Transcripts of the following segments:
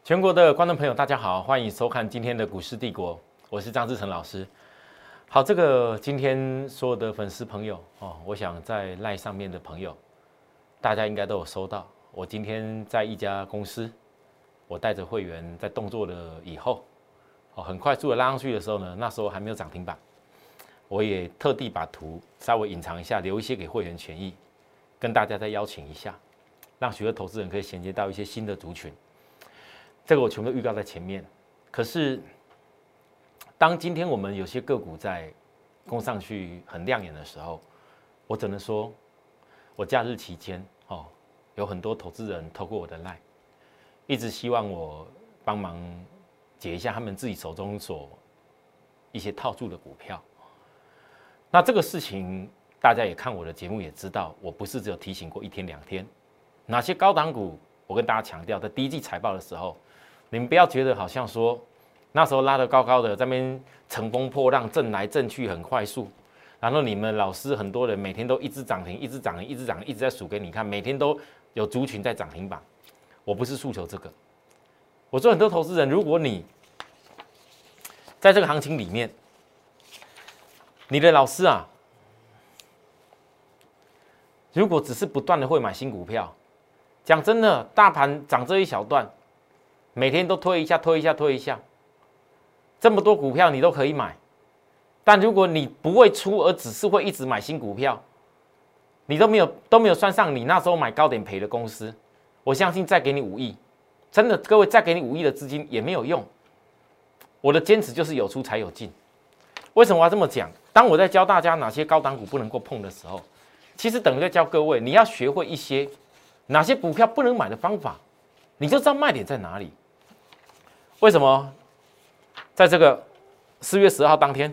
全国的观众朋友，大家好，欢迎收看今天的股市帝国，我是张志成老师。好，今天所有的粉丝朋友我想在 LINE 上面的朋友，大家应该都有收到。我今天在一家公司，我带着会员在动作了以后，很快速的拉上去的时候呢，那时候还没有涨停板，我也特地把图稍微隐藏一下，留一些给会员权益，跟大家再邀请一下，让许多投资人可以衔接到一些新的族群。这个我全部都预告在前面。可是，当今天我们有些个股在攻上去很亮眼的时候，我只能说，我假日期间有很多投资人透过我的 LINE， 一直希望我帮忙解一下他们自己手中所一些套住的股票。那这个事情大家也看我的节目也知道，我不是只有提醒过一天两天，哪些高档股，我跟大家强调，在第一季财报的时候，你们不要觉得好像说那时候拉得高高的，在那边乘风破浪，震来震去很快速，然后你们老师很多人每天都一直涨停，一直涨停，一直涨停，一直在数给你看，每天都有族群在涨停板。我不是诉求这个，我说很多投资人，如果你在这个行情里面，你的老师啊，如果只是不断的会买新股票，讲真的，大盘涨这一小段，每天都推一下推一下推一下，这么多股票你都可以买，但如果你不会出，而只是会一直买新股票，你都没有算上你那时候买高点赔的公司，我相信再给你5亿，真的各位再给你5亿的资金也没有用。我的坚持就是有出才有进。为什么我要这么讲？当我在教大家哪些高档股不能够碰的时候，其实等于在教各位，你要学会一些哪些股票不能买的方法，你就知道卖点在哪里。为什么在这个4月10号当天，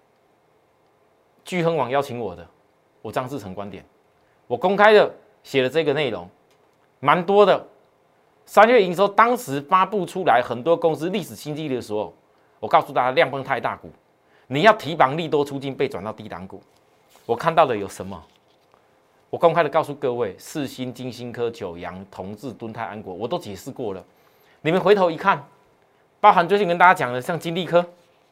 钜亨网邀请我的，我张志成观点，我公开的写了这个内容，蛮多的。3月营收当时发布出来，很多公司历史新低的时候，我告诉大家量崩太大股，你要提防利多出尽被转到低档股。我看到的有什么？我公开的告诉各位，世芯、金星科、九阳、同致、敦泰、安国，我都解释过了。你们回头一看，包含最近跟大家讲的像金利科，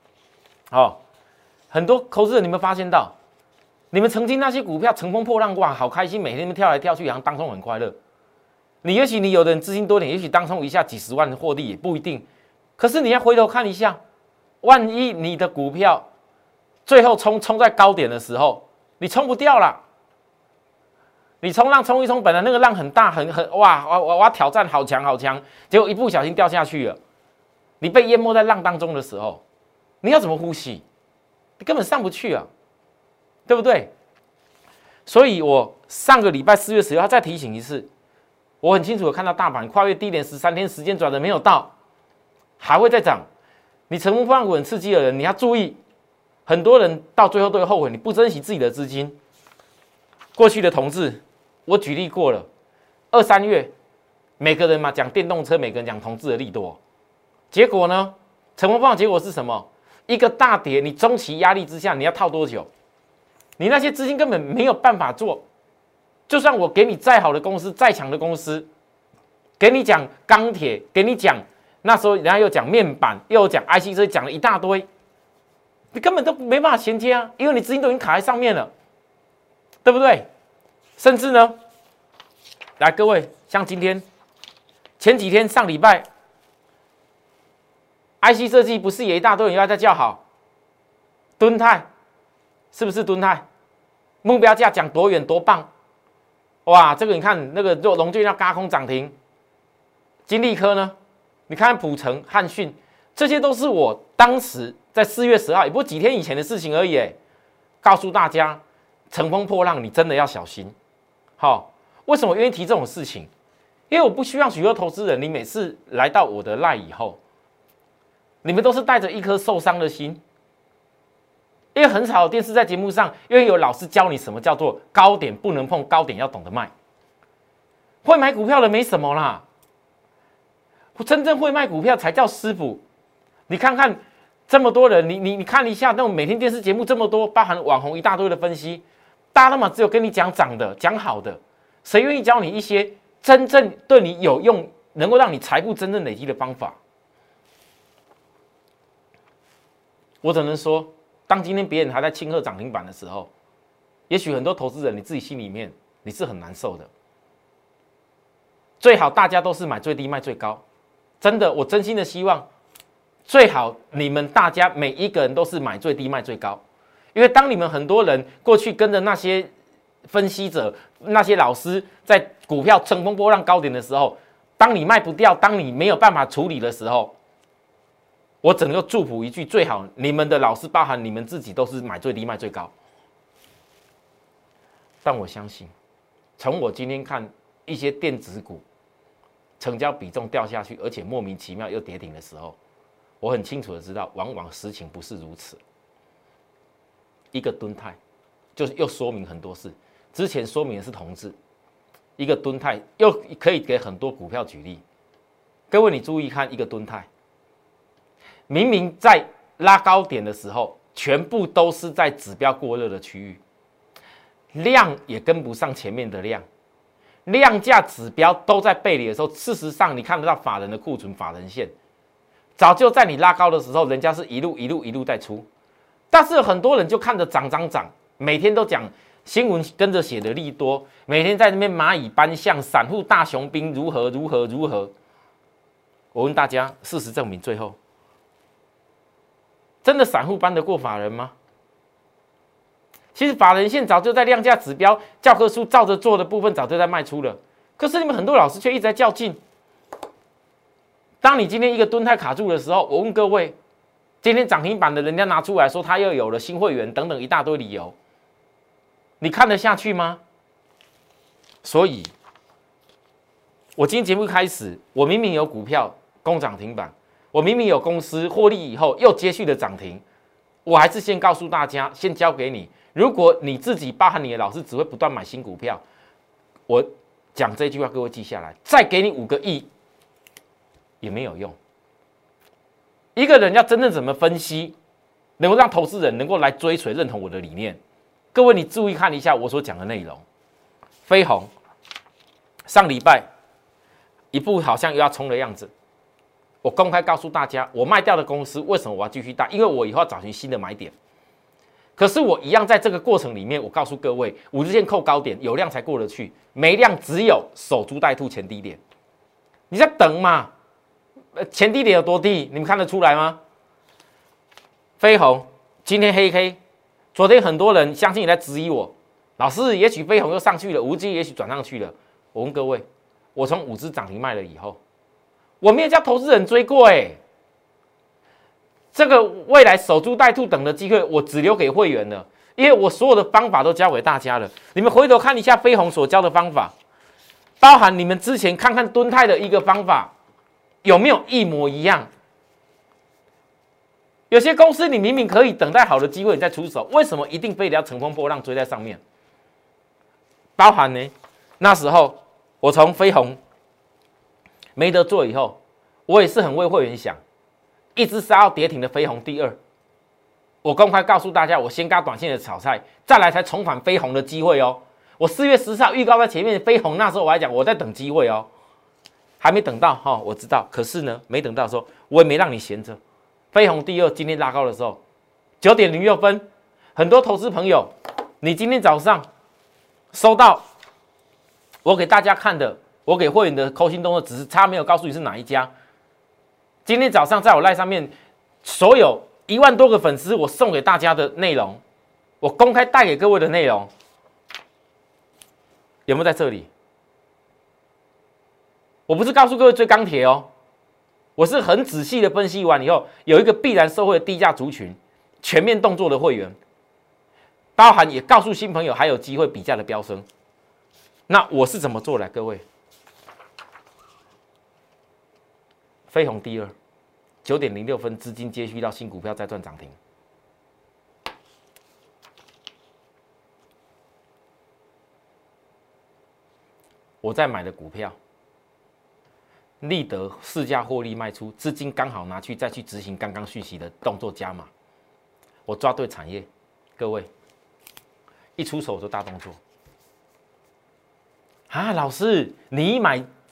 很多投资人你们发现到，你们曾经那些股票乘风破浪，哇，好开心，每天跳来跳去，好像当冲很快乐。也许你有的人资金多点，也许当冲一下几十万的获利也不一定。可是你要回头看一下，万一你的股票最后冲在高点的时候，你冲不掉了。你冲浪冲一冲，本来那个浪很大，哇，我要挑战好强好强，结果一不小心掉下去了，你被淹没在浪当中的时候，你要怎么呼吸？你根本上不去啊，对不对？所以我上个礼拜4月10号再提醒一次，我很清楚的看到大盘跨越低点13天时间转的没有到，还会再涨。你乘风破浪股很刺激的人，你要注意，很多人到最后都会后悔，你不珍惜自己的资金。过去的同志，我举例过了，2、3月，每个人嘛讲电动车，每个人讲同志的利多，结果呢，乘风破浪结果是什么？一个大跌，你中期压力之下，你要套多久？你那些资金根本没有办法做，就算我给你再好的公司，再强的公司，给你讲钢铁，给你讲那时候人家又讲面板，又讲 IC 设计，讲了一大堆，你根本都没办法衔接啊，因为你资金都已经卡在上面了。对不对？甚至呢，来各位，像今天、前几天、上礼拜 ，IC 设计不是也一大堆人又在叫好？敦泰是不是敦泰？目标价讲多远多棒？哇，这个你看那个龙俊要轧空涨停，金利科呢？你看普成、汉讯，这些都是我当时在4月10号，也不过几天以前的事情而已，告诉大家。乘风破浪，你真的要小心。为什么我愿意提这种事情？因为我不希望许多投资人，你每次来到我的 LINE 以后，你们都是带着一颗受伤的心。因为很少有电视在节目上，因为有老师教你什么叫做高点不能碰，高点要懂得卖。会买股票的没什么啦，真正会卖股票才叫师傅。你看看这么多人，你看一下那种每天电视节目这么多，包含网红一大堆的分析。大家都嘛只有跟你讲涨的、讲好的，谁愿意教你一些真正对你有用能够让你财富真正累积的方法。我只能说，当今天别人还在庆贺涨停板的时候，也许很多投资人你自己心里面你是很难受的。最好大家都是买最低卖最高，真的，我真心的希望，最好你们大家每一个人都是买最低卖最高，因为当你们很多人过去跟着那些分析者、那些老师在股票乘风破浪高点的时候，当你卖不掉，当你没有办法处理的时候，我只能够祝福一句：最好你们的老师，包含你们自己，都是买最低卖最高。但我相信，从我今天看一些电子股成交比重掉下去，而且莫名其妙又跌停的时候，我很清楚的知道，往往实情不是如此。一个敦泰，就是又说明很多事。之前说明的是同志，一个敦泰又可以给很多股票举例。各位，你注意看一个敦泰，明明在拉高点的时候，全部都是在指标过热的区域，量也跟不上前面的量，量价指标都在背离的时候，事实上你看得到法人的库存、法人线，早就在你拉高的时候，人家是一路在出，但是很多人就看着涨，每天都讲新闻跟着写的利多，每天在那边蚂蚁搬象，散户大雄兵如何。我问大家，事实证明，最后真的散户搬得过法人吗？其实法人线早就在量价指标教科书照着做的部分早就在卖出了，可是你们很多老师却一直在较劲。当你今天一个敦泰卡住的时候，我问各位，今天涨停板的人家拿出来说他又有了新会员等等一大堆理由，你看得下去吗？所以，我今天节目开始，我明明有股票攻涨停板，我明明有公司获利以后又接续的涨停，我还是先告诉大家，先交给你。如果你自己包含你的老师只会不断买新股票，我讲这句话各位记下来，再给你5个亿也没有用。一个人要真正怎么分析，能够让投资人能够来追随认同我的理念，各位你注意看一下我所讲的内容。飞鸿上礼拜一步好像又要冲的样子，我公开告诉大家，我卖掉的公司为什么我要继续带？因为我以后要找寻新的买点。可是我一样在这个过程里面，我告诉各位，5日线扣高点，有量才过得去，没量只有守株待兔前低点。你在等嘛？前低点有多低？你们看得出来吗？飞鸿今天黑 K， 昨天很多人相信你在质疑我，老师，也许飞鸿又上去了，5只也许转上去了。我问各位，我从5只涨停卖了以后，我没有叫投资人追过这个未来守株待兔等的机会，我只留给会员了，因为我所有的方法都教给大家了。你们回头看一下飞鸿所教的方法，包含你们之前看看敦泰的一个方法，有没有一模一样？有些公司你明明可以等待好的机会你再出手，为什么一定非得要乘风破浪追在上面？包含呢，那时候我从飞鸿没得做以后，我也是很为会员想。一只杀到跌停的飞鸿第2，我公开告诉大家，我先嘎短线的炒菜，再来才重返飞鸿的机会哦。我4月14号预告在前面，飞鸿那时候我还讲我在等机会哦，还没等到哈，我知道，可是呢，没等到的时候，我也没让你闲着。飞鸿第2今天拉高的时候，9点06分，很多投资朋友，你今天早上收到我给大家看的，我给会员的扣心动作，只是差没有告诉你是哪一家。今天早上在我LINE上面，所有1万多个粉丝，我送给大家的内容，我公开带给各位的内容，有没有在这里？我不是告诉各位追钢铁哦，我是很仔细的分析完以后，有一个必然受惠的低价族群，全面动作的会员，包含也告诉新朋友还有机会比价的飙升。那我是怎么做的？各位？飞鸿第2，9点06分，资金接续到新股票再赚涨停。我在买的股票，立德市价获利卖出，资金刚好拿去再去执行刚刚讯息的动作加码。我抓对产业，各位一出手就大动作。啊，老师，你一买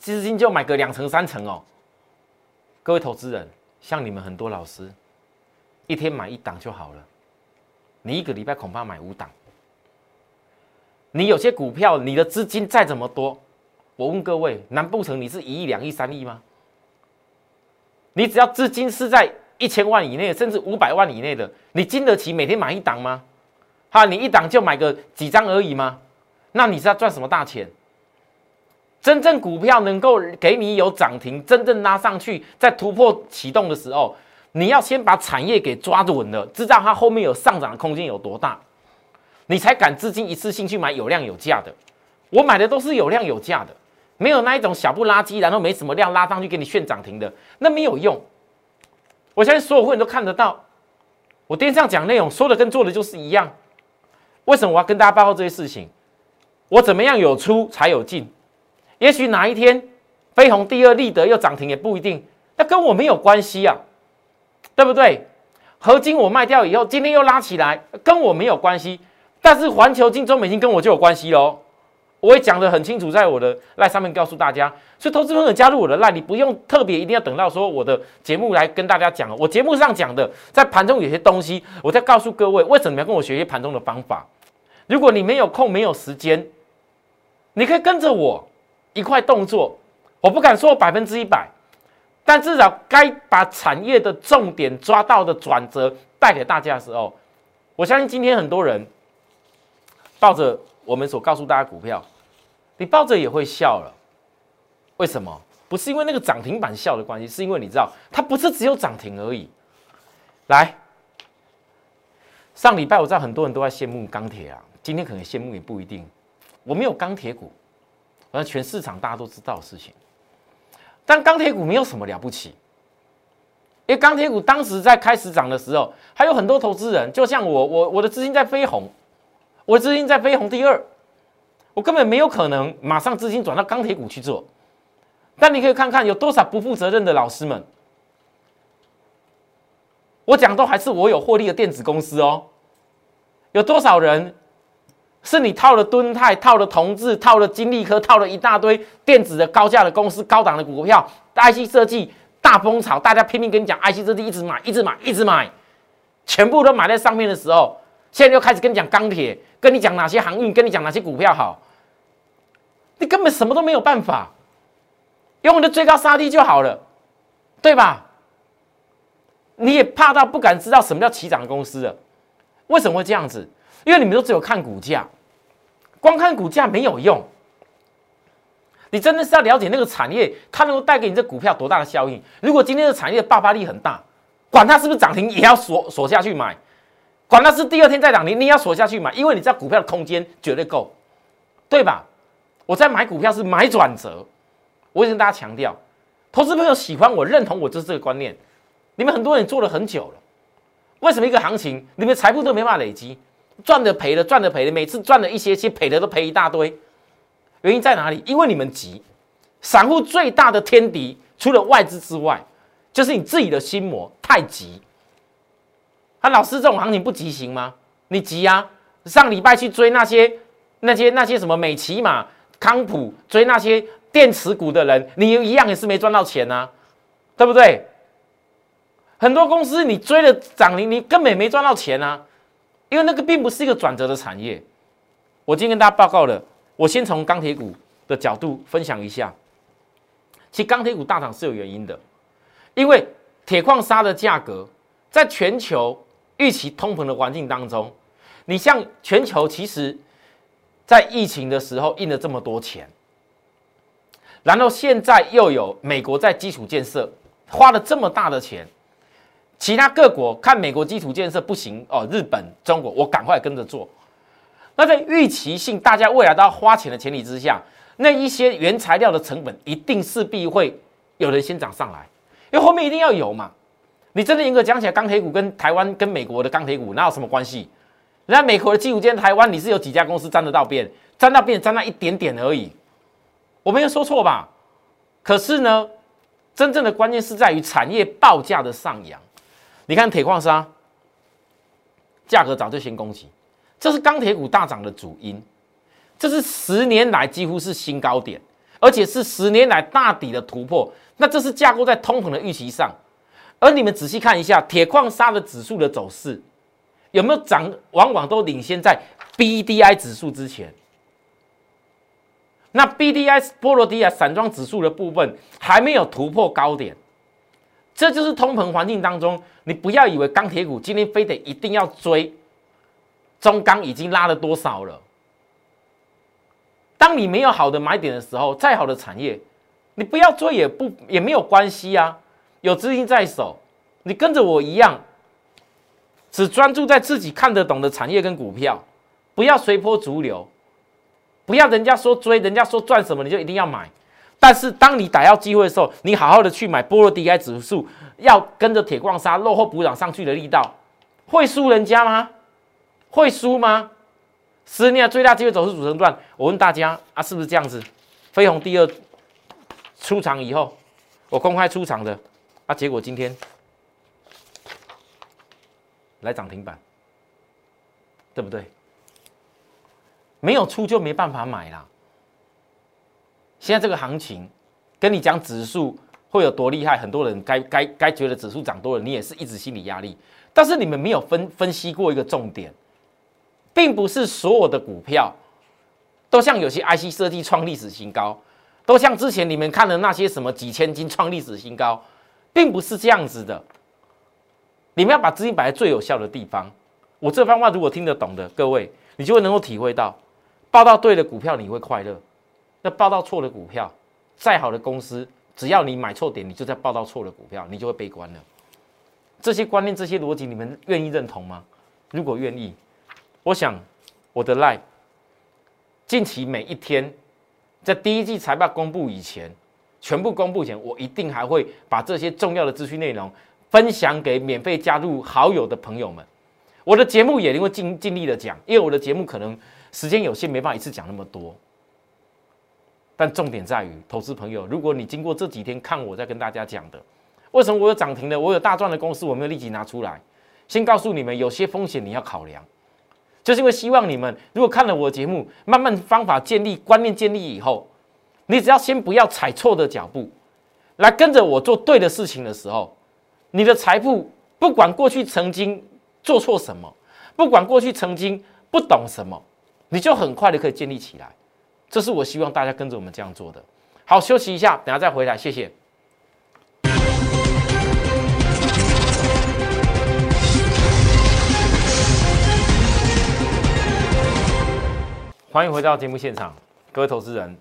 资金就买个2成3成哦。各位投资人，像你们很多老师，一天买1档就好了，你1个礼拜恐怕买5档。你有些股票，你的资金再怎么多，我问各位，难不成你是1亿、2亿、3亿吗？你只要资金是在1000万以内，甚至500万以内的，你经得起每天买1档吗？你1档就买个几张而已吗？那你是要赚什么大钱？真正股票能够给你有涨停，真正拉上去，在突破启动的时候，你要先把产业给抓稳了，知道它后面有上涨的空间有多大，你才敢资金一次性去买有量有价的。我买的都是有量有价的，没有那一种小不拉几，然后没什么量拉上去给你炫涨停的，那没有用。我相信所有会员都看得到，我电视上讲内容说的跟做的就是一样。为什么我要跟大家报告这些事情？我怎么样有出才有进？也许哪一天飞鸿第二立德又涨停也不一定，那跟我没有关系啊，对不对？合金我卖掉以后，今天又拉起来，跟我没有关系。但是环球金、中美金跟我就有关系喽。我也讲得很清楚，在我的 LINE 上面告诉大家。所以投资朋友加入我的 LINE， 你不用特别一定要等到说我的节目来跟大家讲。我节目上讲的，在盘中有些东西，我再告诉各位为什么你要跟我学一些盘中的方法。如果你没有空、没有时间，你可以跟着我一块动作。我不敢说100%，但至少该把产业的重点抓到的转折带给大家的时候，我相信今天很多人抱着我们所告诉大家股票，你抱着也会笑了。为什么？不是因为那个涨停板笑的关系，是因为你知道它不是只有涨停而已。来，上礼拜我知道很多人都在羡慕钢铁啊，今天可能羡慕也不一定。我没有钢铁股，反正全市场大家都知道的事情。但钢铁股没有什么了不起，因为钢铁股当时在开始涨的时候，还有很多投资人，就像我的资金在飞鸿，我的资金在飞鸿第二，我根本没有可能马上资金转到钢铁股去做。但你可以看看有多少不负责任的老师们，我讲都还是我有获利的电子公司哦，有多少人是你套了敦泰、套了同致、套了金利科、套了一大堆电子的高价的公司、高档的股票 ，IC 设计大风潮，大家拼命跟你讲 IC 设计，一直买，一直买，一直买，全部都买在上面的时候，现在又开始跟你讲钢铁，跟你讲哪些航运，跟你讲哪些股票好，你根本什么都没有办法，用你的追高杀低就好了，对吧？你也怕到不敢知道什么叫起涨的公司了，为什么会这样子？因为你们都只有看股价，光看股价没有用。你真的是要了解那个产业，它能够带给你这股票多大的效应。如果今天的产业的爆发力很大，管它是不是涨停，也要锁下去买；管它是第二天再涨停，你也要锁下去买，因为你知道股票的空间绝对够，对吧？我在买股票是买转折，我会跟大家强调，投资朋友喜欢我、认同我，就是这个观念。你们很多人做了很久了，为什么一个行情你们财富都没办法累积？赚的赔了，赚的赔了，每次赚了一些，赔的都赔一大堆。原因在哪里？因为你们急。散户最大的天敌，除了外资之外，就是你自己的心魔太急。老师，这种行情不急行吗？你急啊！上礼拜去追那些什么美骑马、康普，追那些电池股的人，你一样也是没赚到钱啊，对不对？很多公司你追了涨停，你根本没赚到钱啊。因为那个并不是一个转折的产业。我今天跟大家报告了，我先从钢铁股的角度分享一下。其实钢铁股大涨是有原因的，因为铁矿砂的价格在全球预期通膨的环境当中，你像全球其实在疫情的时候印了这么多钱，然后现在又有美国在基础建设花了这么大的钱。其他各国看美国基础建设不行哦，日本、中国，我赶快跟着做。那在预期性大家未来都要花钱的前提之下，那一些原材料的成本一定势必会有人先涨上来，因为后面一定要有嘛。你真的严格讲起来，钢铁股跟台湾跟美国的钢铁股哪有什么关系？人家美国的基础建台湾你是有几家公司沾得到边，沾那一点点而已，我没有说错吧？可是呢，真正的关键是在于产业报价的上扬。你看铁矿砂价格早就先攻击，这是钢铁股大涨的主因，这是10年来几乎是新高点， 而且是10年来大底的突破。那这是架构在通膨的预期上。而你们仔细看一下铁矿砂的指数的走势，有没有涨？往往都领先在 BDI 指数之前。那 BDI 波罗的海散装指数的部分还没有突破高点，这就是通膨环境当中，你不要以为钢铁股今天非得一定要追中钢已经拉了多少了。当你没有好的买点的时候，再好的产业，你不要追也没有关系啊。有资金在手，你跟着我一样，只专注在自己看得懂的产业跟股票，不要随波逐流。不要人家说追，人家说赚什么你就一定要买。但是当你逮到机会的时候，你好好的去买波罗的海指数，要跟着铁矿砂落后补涨上去的力道，会输人家吗？会输吗？10年最大机会走势组成段，我问大家啊，是不是这样子？飞鸿第2出场以后，我公开出场的啊，结果今天来涨停板，对不对？没有出就没办法买啦。现在这个行情，跟你讲指数会有多厉害，很多人该觉得指数涨多了，你也是一直心理压力。但是你们没有分析过一个重点，并不是所有的股票都像有些 IC 设计创历史新高，都像之前你们看的那些什么几千金创历史新高，并不是这样子的。你们要把资金摆在最有效的地方。我这番话如果听得懂的各位，你就会能够体会到。报到对的股票你会快乐，那报到错的股票，再好的公司，只要你买错点，你就在报到错的股票，你就会悲观了。这些观念、这些逻辑，你们愿意认同吗？如果愿意，我想我的 LINE 近期每一天，在第1季财报公布以前，全部公布前，我一定还会把这些重要的资讯内容分享给免费加入好友的朋友们。我的节目也会尽力的讲，因为我的节目可能时间有限，没办法一次讲那么多。但重点在于，投资朋友，如果你经过这几天看我在跟大家讲的，为什么我有涨停的，我有大赚的公司，我没有立即拿出来，先告诉你们，有些风险你要考量，就是因为希望你们如果看了我的节目，慢慢方法建立、观念建立以后，你只要先不要踩错的脚步，来跟着我做对的事情的时候，你的财富不管过去曾经做错什么，不管过去曾经不懂什么，你就很快的可以建立起来。这是我希望大家跟着我们这样做的。好，休息一下，等下再回来，谢谢。欢迎回到节目现场，各位投资人。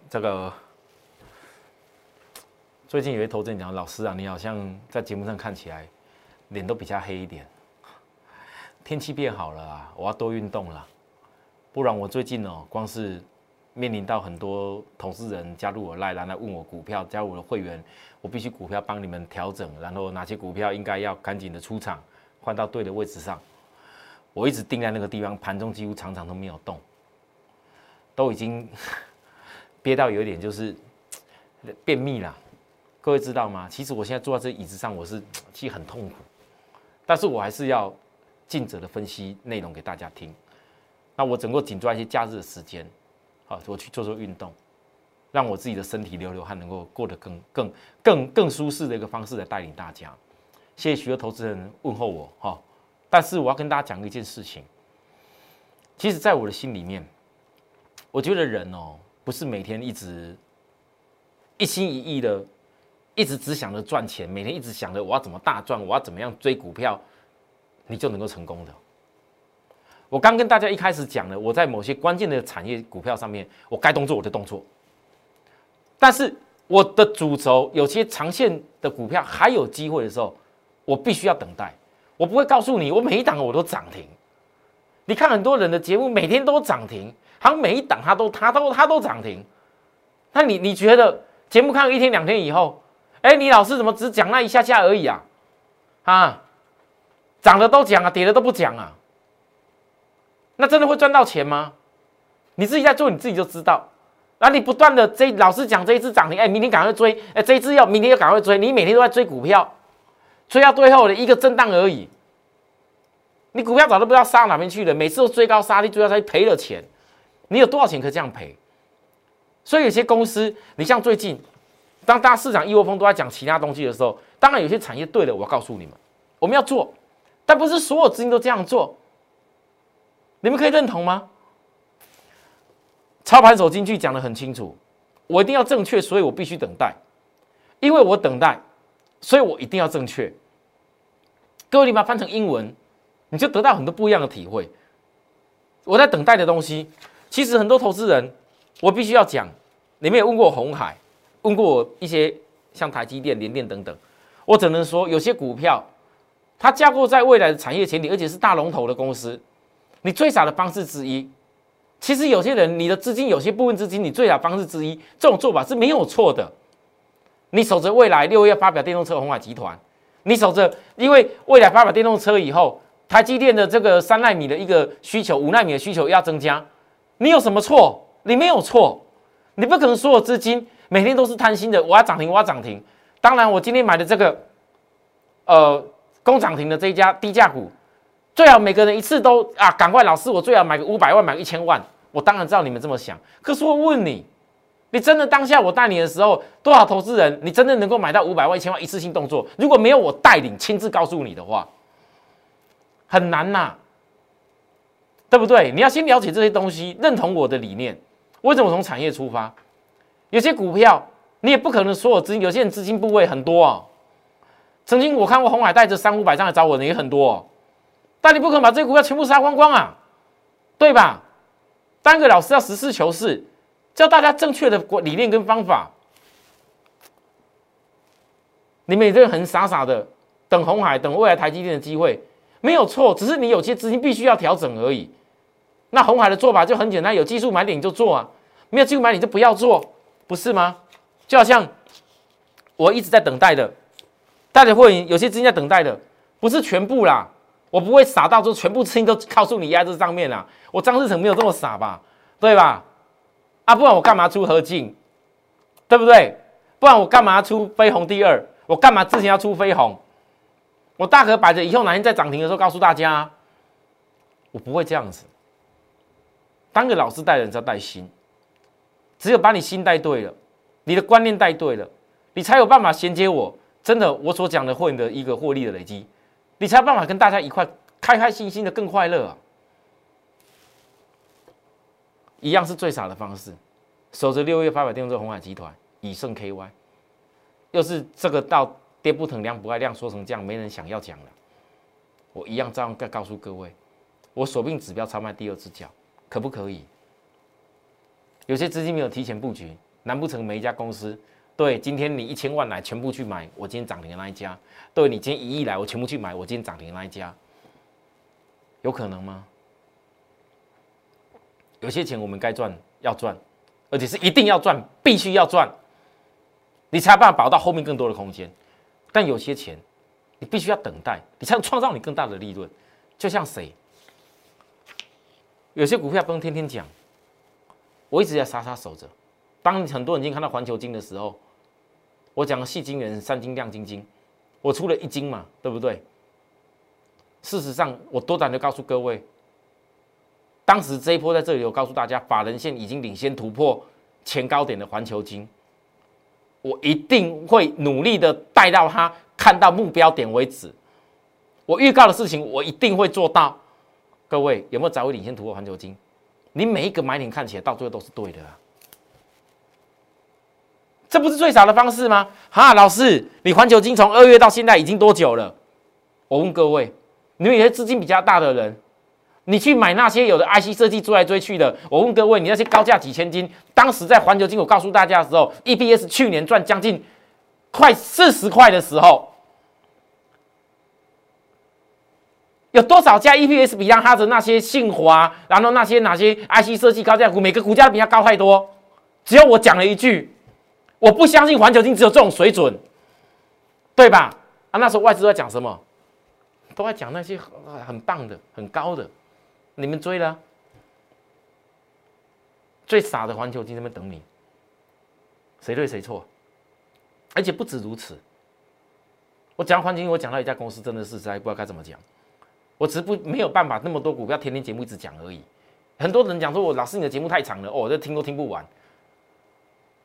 最近有些投资人讲，老师啊，你好像在节目上看起来脸都比较黑一点。天气变好了啊，我要多运动了，不然我最近光是面临到很多投资人加入我LINE来问我股票，加入我的会员，我必须股票帮你们调整，然后哪些股票应该要赶紧的出场，换到对的位置上。我一直定在那个地方，盘中几乎常常都没有动，都已经憋到有一点就是便秘啦。各位知道吗？其实我现在坐在这椅子上，其实很痛苦，但是我还是要尽责的分析内容给大家听。那我整个紧抓一些假日的时间，好，我去做运动，让我自己的身体流汗，能够过得更舒适的一个方式来带领大家。谢谢许多投资人问候我哈，但是我要跟大家讲一件事情。其实，在我的心里面，我觉得人不是每天一直一心一意的，一直只想着赚钱，每天一直想着我要怎么大赚，我要怎么样追股票，你就能够成功的。我刚跟大家一开始讲了，我在某些关键的产业股票上面，我该动作我就动作，但是我的主轴有些长线的股票还有机会的时候，我必须要等待。我不会告诉你，我每一档我都涨停。你看很多人的节目，每天都涨停，好像每一档他都涨停。那你觉得节目看了1天2天以后，你老师怎么只讲那一下下而已啊？啊，涨的都讲啊，跌的都不讲啊？那真的会赚到钱吗？你自己在做，你自己就知道。然后你不断的老师讲这一只涨停，明天赶快追，这一只明天要赶快追，你每天都在追股票，追到最后的一个震荡而已。你股票早都不知道杀到哪边去了，每次都追高杀低，追到才赔了钱。你有多少钱可以这样赔？ 所以有些公司，你像最近，当大家市场一窝蜂都在讲其他东西的时候，当然有些产业对了，我要告诉你们，我们要做，但不是所有资金都这样做。你们可以认同吗？操盘手金句讲得很清楚，我一定要正确，所以我必须等待，因为我等待，所以我一定要正确。各位，你把它翻成英文，你就得到很多不一样的体会。我在等待的东西，其实很多投资人，我必须要讲，你们也问过鸿海，问过我一些像台积电、联电等等，我只能说，有些股票它架构在未来的产业前提，而且是大龙头的公司，你最傻的方式之一。其实有些人，你的资金有些部分资金，你最傻的方式之一，这种做法是没有错的。你守着未来6月要发表电动车，鸿海集团，你守着，因为未来发表电动车以后，台积电的这个3奈米的一个需求，5奈米的需求要增加，你有什么错？你没有错，你不可能所有资金每天都是贪心的，我要涨停，我要涨停。当然，我今天买的这个攻涨停的这一家低价股，最好每个人一次都赶快，老师，我最好买个500万，买个1000万。我当然知道你们这么想，可是我问你，你真的当下我带你的时候，多少投资人你真的能够买到500万、1000万一次性动作？如果没有我带领亲自告诉你的话，很难呐，对不对？你要先了解这些东西，认同我的理念。为什么从产业出发？有些股票你也不可能所有资金，有些人资金部位很多哦。曾经我看过鸿海带着300-500张来找我的人也很多哦，但你不可能把这些股票全部杀光光啊，对吧？当个老师要实事求是，教大家正确的理念跟方法。你们也真的很傻傻的等鸿海、等未来台积电的机会，没有错，只是你有些资金必须要调整而已。那鸿海的做法就很简单，有技术买点你就做啊，没有技术买点就不要做，不是吗？就好像我一直在等待的，带着会员有些资金在等待的，不是全部啦。我不会傻到说全部资金都告诉你压在这上面啦。我张志成没有这么傻吧，对吧？不然我干嘛出合进，对不对？不然我干嘛出飞鸿第2？我干嘛之前要出飞鸿？我大可摆着以后哪天在涨停的时候告诉大家，我不会这样子。当个老师带人要带心，只有把你心带对了，你的观念带对了，你才有办法衔接我真的我所讲的会员的一个获利的累积。你才有办法跟大家一块开开心心的更快乐啊！一样是最傻的方式，守着6月发表电动车鸿海集团以盛 KY， 又是这个到跌不疼量不爱量说成这样，没人想要讲了。我一样照样告诉各位，我锁定指标超卖第2只脚，可不可以？有些资金没有提前布局，难不成每一家公司？对，今天你1000万来，全部去买我今天涨停的那一家。对，你今天1亿来，我全部去买我今天涨停的那一家，有可能吗？有些钱我们该赚要赚，而且是一定要赚，必须要赚，你才有办法保到后面更多的空间。但有些钱你必须要等待，你才能创造你更大的利润。就像谁？有些股票不用天天讲，我一直在傻傻守着。当很多人已经看到环球金的时候，我讲细晶圆、3晶、亮晶晶，我出了1晶嘛，对不对？事实上，我多胆的告诉各位，当时这一波在这里，我告诉大家，法人线已经领先突破前高点的环球金，我一定会努力的带到它看到目标点为止。我预告的事情，我一定会做到。各位有没有早会领先突破环球金？你每一个买点看起来到最后都是对的啊。这不是最傻的方式吗？老师，你环球金从2月到现在已经多久了？我问各位，你们有些资金比较大的人，你去买那些有的 IC 设计追来追去的，我问各位，你那些高价几千金，当时在环球金我告诉大家的时候 ，EPS 去年赚将近快40块的时候，有多少家 EPS 比让他的那些信华，然后那些哪些 IC 设计高价股，每个股价都比它高太多？只有我讲了一句。我不相信环球金只有这种水准，对吧？那时候外资都在讲什么？都在讲那些很棒的、很高的，你们追了啊，最傻的环球金在那边等你，谁对谁错？而且不止如此，我讲环球金，我讲到一家公司，真的是实在不知道该怎么讲。我只是没有办法那么多股票天天节目一直讲而已。很多人讲说我老师你的节目太长了，我这听都听不完。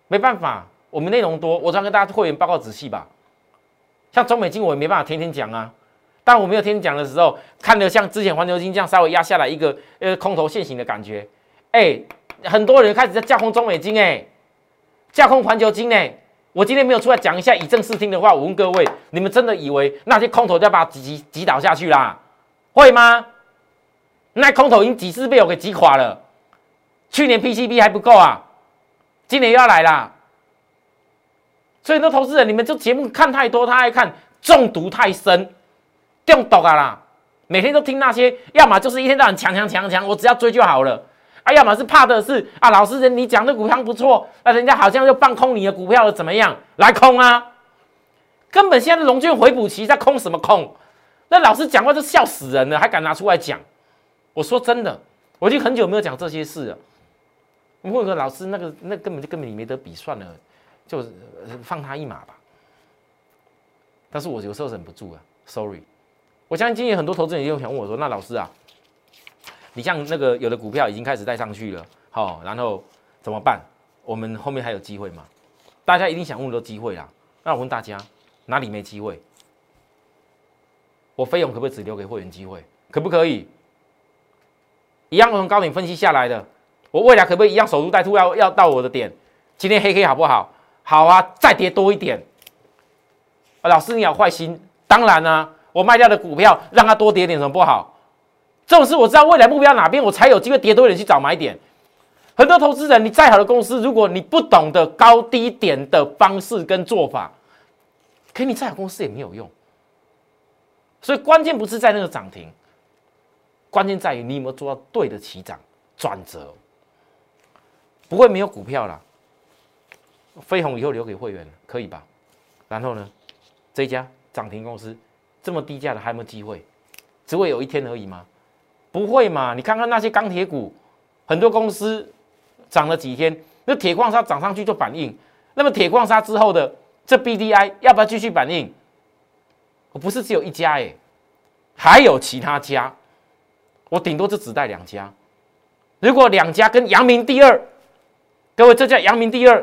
没办法，我们内容多，我常跟大家会员报告仔细吧。像中美金我也没办法天天讲啊，但我没有天天讲的时候，看得像之前环球金这样稍微压下来一个空头现行的感觉，很多人开始在架空中美金架空环球金我今天没有出来讲一下以正视听的话，我问各位，你们真的以为那些空头就要把它击倒下去啦？会吗？那空头已经几次被我给击垮了，去年 PCB 还不够啊，今年又要来啦。所以很多投资人，你们这节目看太多，他爱看中毒太深，中毒啊啦！每天都听那些，要么就是一天到晚强，我只要追就好了。要么是怕的是老师你讲的股票不错，人家好像就放空你的股票了，怎么样？来空啊！根本现在的融券回补期在空什么空？那老师讲话就笑死人了，还敢拿出来讲？我说真的，我已经很久没有讲这些事了。我问个老师，那根本你没得比，算了，就放他一马吧。但是我有时候忍不住啊 ，sorry。我相信今天很多投资人也有想问我说，那老师啊，你像那个有的股票已经开始带上去了，然后怎么办？我们后面还有机会吗？大家一定想问的都机会啦。那我问大家，哪里没机会？我费用可不可以只留给会员机会？可不可以？一样从高点分析下来的，我未来可不可以一样守株待兔要到我的点？今天黑 K 好不好？好啊，再跌多一点。老师你好坏心，当然啊，我卖掉的股票让它多跌点，什么不好？这种事我知道未来目标哪边，我才有机会跌多一点去找买点。很多投资人，你再好的公司，如果你不懂得高低点的方式跟做法，可你再好公司也没有用。所以关键不是在那个涨停，关键在于你有没有做到对的起涨转折。不会没有股票啦，飞鸿以后留给会员可以吧？然后呢，这一家涨停公司这么低价的还有没有机会？只会有一天而已吗？不会嘛！你看看那些钢铁股，很多公司涨了几天，那铁矿砂涨上去就反应。那么铁矿砂之后的这 BDI 要不要继续反应？我不是只有一家还有其他家，我顶多就只带2家。如果2家跟阳明第二，各位这叫阳明第二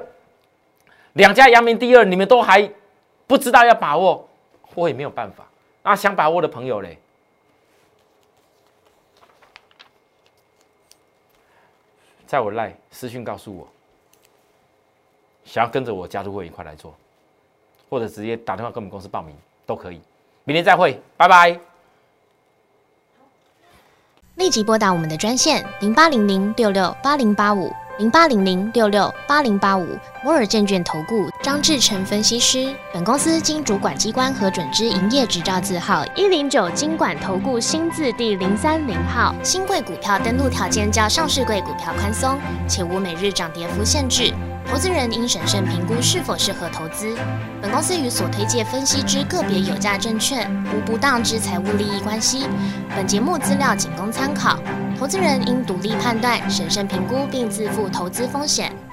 ，2家阳明第二，你们都还不知道要把握，我也没有办法。那想把握的朋友嘞，在我 LINE 私讯告诉我，想要跟着我加入会员一块来做，或者直接打电话跟我们公司报名都可以。明天再会，拜拜。 立即拨打我们的专线08006680850800668085摩尔证券投顾张志成分析师。本公司经主管机关核准之营业执照字号109金管投顾新字第030号。新贵股票登录条件较上市贵股票宽松，且无每日涨跌幅限制。投资人应审慎评估是否适合投资。本公司与所推介分析之个别有价证券无不当之财务利益关系。本节目资料仅供参考，投资人应独立判断、审慎评估并自负投资风险。